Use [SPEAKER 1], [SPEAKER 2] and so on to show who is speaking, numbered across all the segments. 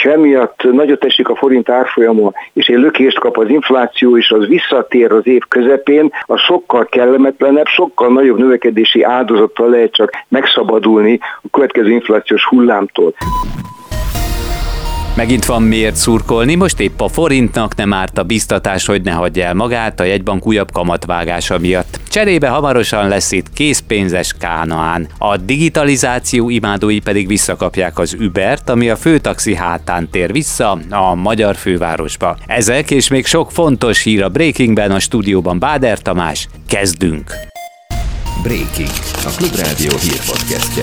[SPEAKER 1] hogyha emiatt nagyot esik a forint árfolyama, és egy lökést kap az infláció, és az visszatér az év közepén, az sokkal kellemetlenebb, sokkal nagyobb növekedési áldozattal lehet csak megszabadulni a következő inflációs hullámtól.
[SPEAKER 2] Megint van miért szurkolni, most épp a forintnak nem árt a biztatás, hogy ne hagyja el magát a jegybank újabb kamatvágása miatt. Cserébe hamarosan lesz itt készpénzes Kánaán. A digitalizáció imádói pedig visszakapják az Ubert, ami a főtaxi hátán tér vissza a magyar fővárosba. Ezek és még sok fontos hír a Breakingben, a stúdióban Báder Tamás. Kezdünk!
[SPEAKER 3] Breaking, a Klubrádió hírpodcastje.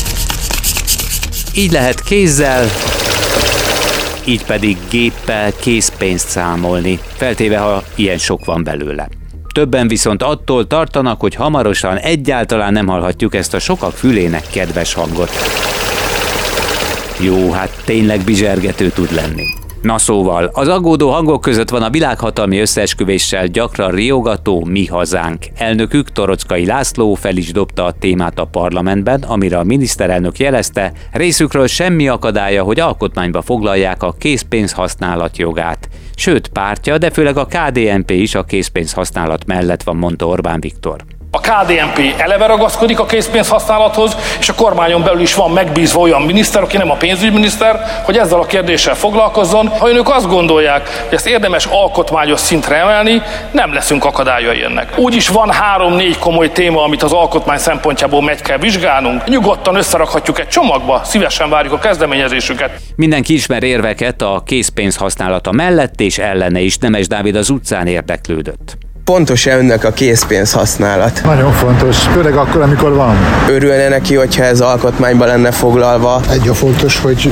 [SPEAKER 2] Így lehet kézzel, így pedig géppel készpénzt számolni, feltéve, ha ilyen sok van belőle. Többen viszont attól tartanak, hogy hamarosan egyáltalán nem hallhatjuk ezt a sokak fülének kedves hangot. Jó, hát tényleg bizsergető tud lenni. Na szóval, az aggódó hangok között van a világhatalmi összeesküvéssel gyakran riogató Mi Hazánk. Elnökük, Torockai László fel is dobta a témát a parlamentben, amire a miniszterelnök jelezte, részükről semmi akadálya, hogy alkotmányba foglalják a készpénz használat jogát. Sőt, pártja, de főleg a KDNP is a készpénz használat mellett van, mondta Orbán Viktor.
[SPEAKER 4] A KDNP eleve ragaszkodik a készpénzhasználathoz, és a kormányon belül is van megbízva olyan miniszter, aki nem a pénzügyminiszter, hogy ezzel a kérdéssel foglalkozzon. Ha önök azt gondolják, hogy ezt érdemes alkotmányos szintre emelni, nem leszünk akadályai ennek. Úgyis van 3-4 komoly téma, amit az alkotmány szempontjából meg kell vizsgálnunk. Nyugodtan összerakhatjuk egy csomagba, szívesen várjuk a kezdeményezésüket.
[SPEAKER 2] Mindenki ismer érveket a készpénz használata mellett és ellene is. Nemes Dávid az utcán érdeklődött.
[SPEAKER 5] Fontos-e önnek a készpénz használat?
[SPEAKER 6] Nagyon fontos, főleg akkor, amikor van.
[SPEAKER 5] Örülne neki, hogyha ez alkotmányba lenne foglalva?
[SPEAKER 6] Egy a fontos, hogy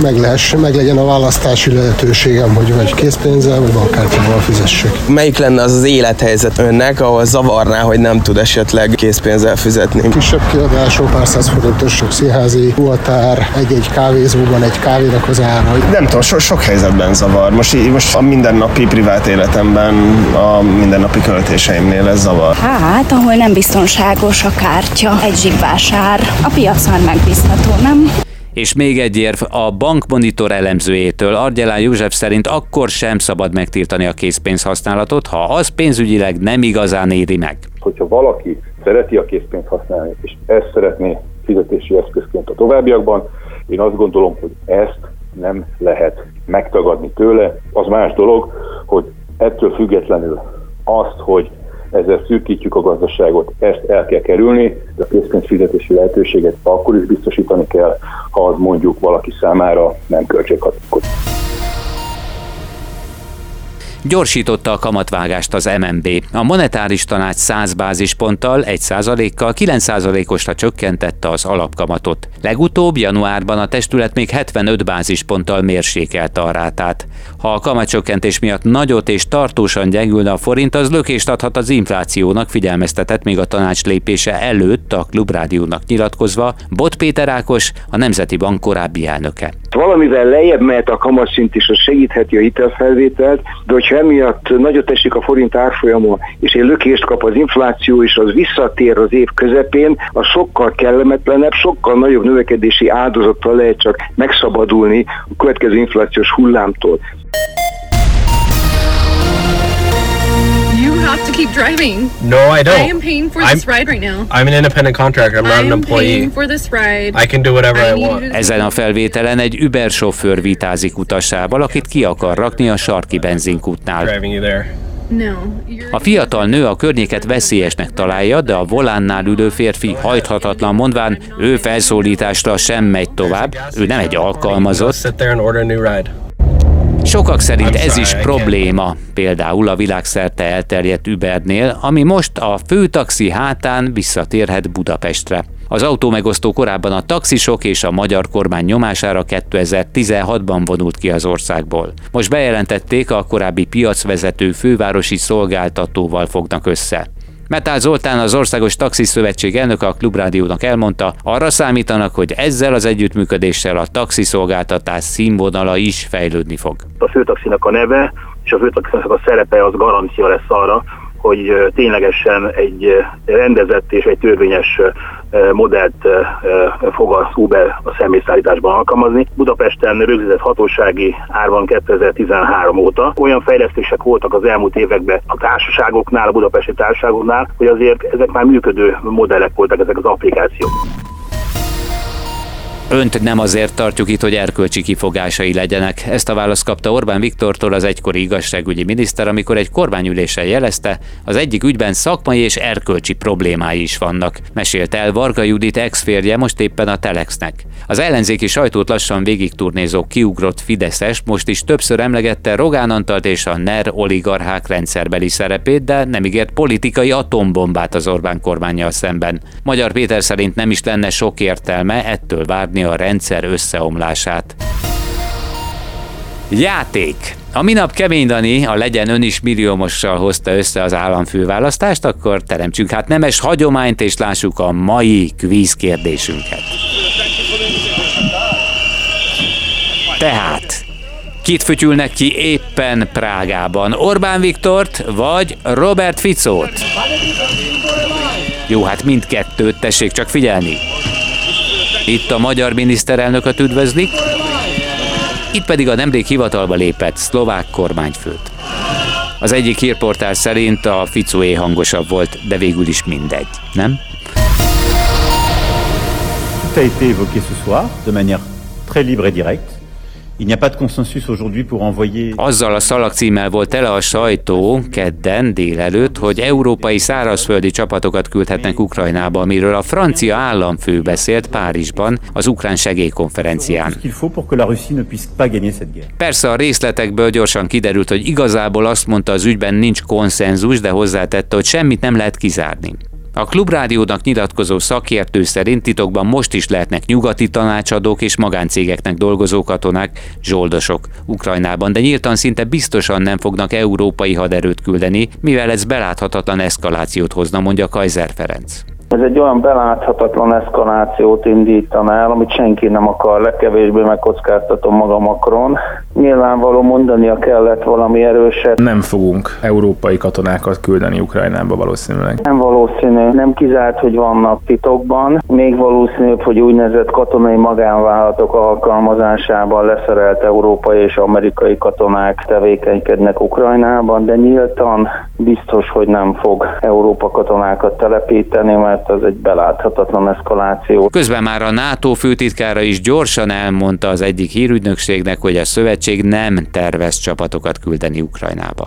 [SPEAKER 6] meg legyen a választási lehetőségem, hogy vagy készpénzzel, vagy bankkártyával fizessek.
[SPEAKER 5] Melyik lenne az élethelyzet önnek, ahol zavarná, hogy nem tud esetleg készpénzzel fizetni?
[SPEAKER 6] Kisebb kiadások, pár száz forintos színházi ruhatár, egy-egy kávézóban egy kávénak az ára.
[SPEAKER 7] Nem tudom, sok helyzetben zavar. Most a mindennapi privát életemben, a mindennapi költéseimnél ez zavar.
[SPEAKER 8] Hát, ahol nem biztonságos a kártya, egy zsibvásár. A piac már megbízható, nem?
[SPEAKER 2] És még egy érv a Bankmonitor elemzőjétől. Argyelán József szerint akkor sem szabad megtiltani a készpénz használatot, ha az pénzügyileg nem igazán éri meg.
[SPEAKER 9] Hogyha valaki szereti a készpénzt használni, és ezt szeretné fizetési eszközként a továbbiakban, én azt gondolom, hogy ezt nem lehet megtagadni tőle. Az más dolog, hogy ettől függetlenül azt, hogy ezzel szűkítjük a gazdaságot, ezt el kell kerülni, de a készpénzfizetési lehetőséget akkor is biztosítani kell, ha az mondjuk valaki számára nem költséghatékony.
[SPEAKER 2] Gyorsította a kamatvágást az MNB. A monetáris tanács 100 bázisponttal, 1%-kal 9%-osra csökkentette az alapkamatot. Legutóbb januárban a testület még 75 bázisponttal mérsékelte a rátát. Ha a kamatcsökkentés miatt nagyot és tartósan gyengülne a forint, az lökést adhat az inflációnak, figyelmeztetett még a tanács lépése előtt a Klubrádiónak nyilatkozva Bot Péter Ákos, a Nemzeti Bank korábbi elnöke.
[SPEAKER 1] Valamivel lejjebb mehet a kamatszint is, az segítheti a hitelfelvételt, de hogyha emiatt nagyot esik a forint árfolyama, és egy lökést kap az infláció, és az visszatér az év közepén, az sokkal kellemetlenebb, sokkal nagyobb növekedési áldozattal lehet csak megszabadulni a következő inflációs hullámtól.
[SPEAKER 10] Have to keep driving.
[SPEAKER 11] No, I don't.
[SPEAKER 10] I am paying for this ride right now.
[SPEAKER 11] I'm an independent contractor. I'm not an employee.
[SPEAKER 10] I am paying for this ride.
[SPEAKER 11] I can do whatever I want.
[SPEAKER 2] Ezen a felvételen egy Uber sofőr vitázik utasával, akit ki akar rakni a sarki benzinkútnál.
[SPEAKER 11] Driving you there.
[SPEAKER 10] No.
[SPEAKER 2] A fiatal nő a környéket veszélyesnek találja, de a volánnál ülő férfi hajthatatlan mondván, ő felszólításra sem megy tovább, ő nem egy alkalmazott.
[SPEAKER 11] Sit there and order a new ride.
[SPEAKER 2] Sokak szerint ez is probléma, például a világszerte elterjedt Ubernél, ami most a főtaxi hátán visszatérhet Budapestre. Az autómegosztó korábban a taxisok és a magyar kormány nyomására 2016-ban vonult ki az országból. Most bejelentették, a korábbi piacvezető fővárosi szolgáltatóval fognak össze. Metál Zoltán, az Országos Taxiszövetség elnöke a Klubrádiónak elmondta, arra számítanak, hogy ezzel az együttműködéssel a taxiszolgáltatás színvonala is fejlődni fog.
[SPEAKER 12] A főtaxinak a neve és a főtaxinak a szerepe az garancia lesz arra, hogy ténylegesen egy rendezett és egy törvényes modellt fog az Uber a személyszállításban alkalmazni. Budapesten rögzített hatósági ár van 2013 óta. Olyan fejlesztések voltak az elmúlt években a társaságoknál, a budapesti társaságoknál, hogy azért ezek már működő modellek voltak, ezek az applikációk.
[SPEAKER 2] Önt nem azért tartjuk itt, hogy erkölcsi kifogásai legyenek. Ezt a választ kapta Orbán Viktortól az egykori igazságügyi miniszter, amikor egy kormányülésen jelezte, az egyik ügyben szakmai és erkölcsi problémái is vannak. Mesélt el Varga Judit ex-férje most éppen a Telexnek. Az ellenzéki sajtót lassan végigturnézó kiugrott fideszes most is többször emlegette Rogán Antalt és a NER oligarchák rendszerbeli szerepét, de nem ígért politikai atombombát az Orbán kormánnyal szemben. Magyar Péter szerint nem is lenne sok értelme ettől várni a rendszer összeomlását. Játék. A minap Kemény Dani, a Legyen Ön is milliómossal hozta össze az államfőválasztást, akkor teremtsünk hát nemes hagyományt, és lássuk a mai kvíz kérdésünket. Tehát, kit fütyülnek ki éppen Prágában? Orbán Viktort vagy Robert Ficót? Jó, hát mindkettőt, tessék csak figyelni. Itt a magyar miniszterelnököt üdvözlik, itt pedig a nemrég hivatalba lépett szlovák kormányfőt. Az egyik hírportál szerint a Ficóé hangosabb volt, de végül is mindegy, nem?
[SPEAKER 13] Tout a été évoqué ce soir, de manière très libre et directe. Il n'y a pas de consensus aujourd'hui pour envoyer...
[SPEAKER 2] Azzal a szalagcímmel volt tele a sajtó kedden délelőtt, hogy európai szárazföldi csapatokat küldhetnek Ukrajnába, amiről a francia államfő beszélt Párizsban az ukrán segélykonferencián. Persze a részletekből gyorsan kiderült, hogy igazából azt mondta, az ügyben nincs konszenzus, de hozzátette, hogy semmit nem lehet kizárni. A Klubrádiónak nyilatkozó szakértő szerint titokban most is lehetnek nyugati tanácsadók és magáncégeknek dolgozó katonák, zsoldosok Ukrajnában, de nyíltan szinte biztosan nem fognak európai haderőt küldeni, mivel ez beláthatatlan eszkalációt hozna, mondja Kaiser Ferenc.
[SPEAKER 14] Ez egy olyan beláthatatlan eszkalációt indítaná el, amit senki nem akar, legkevésbé megkockáztatom maga Macron. Nyilvánvaló mondania kellett valami erőset.
[SPEAKER 15] Nem fogunk európai katonákat küldeni Ukrajnába valószínűleg.
[SPEAKER 14] Nem valószínű, nem kizárt, hogy vannak titokban. Még valószínűbb, hogy úgynevezett katonai magánvállalatok alkalmazásában leszerelt európai és amerikai katonák tevékenykednek Ukrajnában, de nyíltan biztos, hogy nem fog Európa katonákat telepíteni, mert az egy beláthatatlan eszkaláció.
[SPEAKER 2] Közben már a NATO főtitkára is gyorsan elmondta az egyik hírügynökségnek, hogy a szövetség nem tervez csapatokat küldeni Ukrajnába.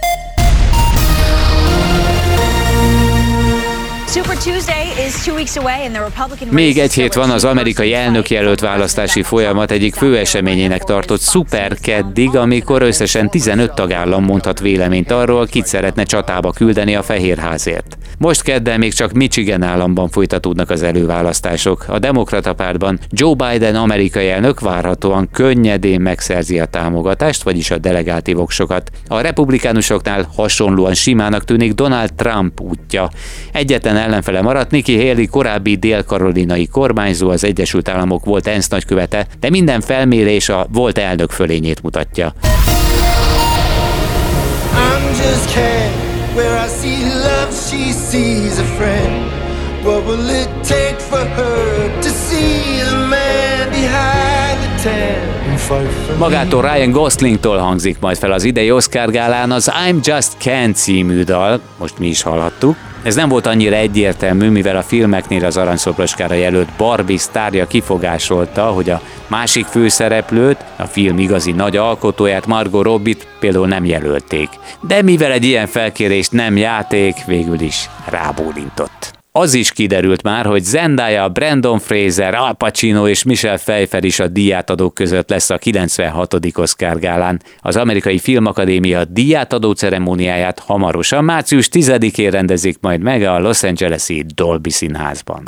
[SPEAKER 2] Még egy hét van az amerikai elnökjelölt választási folyamat egyik fő eseményének tartott szuper keddig, amikor összesen 15 tagállam mondhat véleményt arról, kit szeretne csatába küldeni a Fehérházért. Most kedden még csak Michigan államban folytatódnak az előválasztások. A Demokrata Pártban Joe Biden amerikai elnök várhatóan könnyedén megszerzi a támogatást, vagyis a delegáti voksokat. A republikánusoknál hasonlóan simának tűnik Donald Trump útja. Egyetlen ellenfele maradt Nikki Haley, korábbi dél-karolinai kormányzó, az Egyesült Államok volt ENSZ nagykövete, de minden felmérés a volt elnök fölényét mutatja. Magától Ryan Goslingtól hangzik majd fel az idei Oscar gálán az I'm Just Ken című dal, most mi is hallhattuk. Ez nem volt annyira egyértelmű, mivel a filmeknél az Aranyszobroskára jelölt Barbie sztárja kifogásolta, hogy a másik főszereplőt, a film igazi nagy alkotóját, Margot Robbie-t például nem jelölték. De mivel egy ilyen felkérés nem játék, végül is rábólintott. Az is kiderült már, hogy Zendaya, Brandon Fraser, Al Pacino és Michelle Pfeiffer is a díjátadók között lesz a 96. Oscar gálán. Az Amerikai Filmakadémia díjátadó ceremóniáját hamarosan március 10-én rendezik majd meg a Los Angeles-i Dolby Színházban.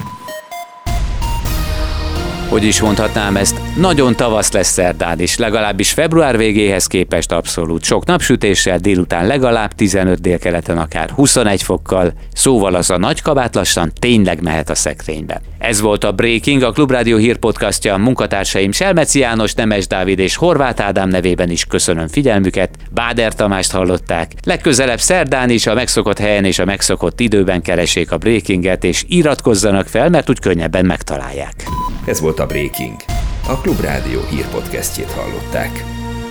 [SPEAKER 2] Hogy is mondhatnám ezt, nagyon tavasz lesz szerdán is, legalábbis február végéhez képest abszolút. Sok napsütéssel, délután legalább 15, délkeleten akár 21 fokkal, szóval az a nagy kabát lassan tényleg mehet a szekrénybe. Ez volt a Breaking, a Klubrádió hírpodcastja. Munkatársaim Selmeci János, Nemes Dávid és Horváth Ádám nevében is köszönöm figyelmüket. Báder Tamást hallották. Legközelebb szerdán is a megszokott helyen és a megszokott időben keressék a Breakinget, és iratkozzanak fel, mert úgy könnyebben megtalálják.
[SPEAKER 3] Ez volt a Breaking. A Klubrádió hírpodcastjét hallották.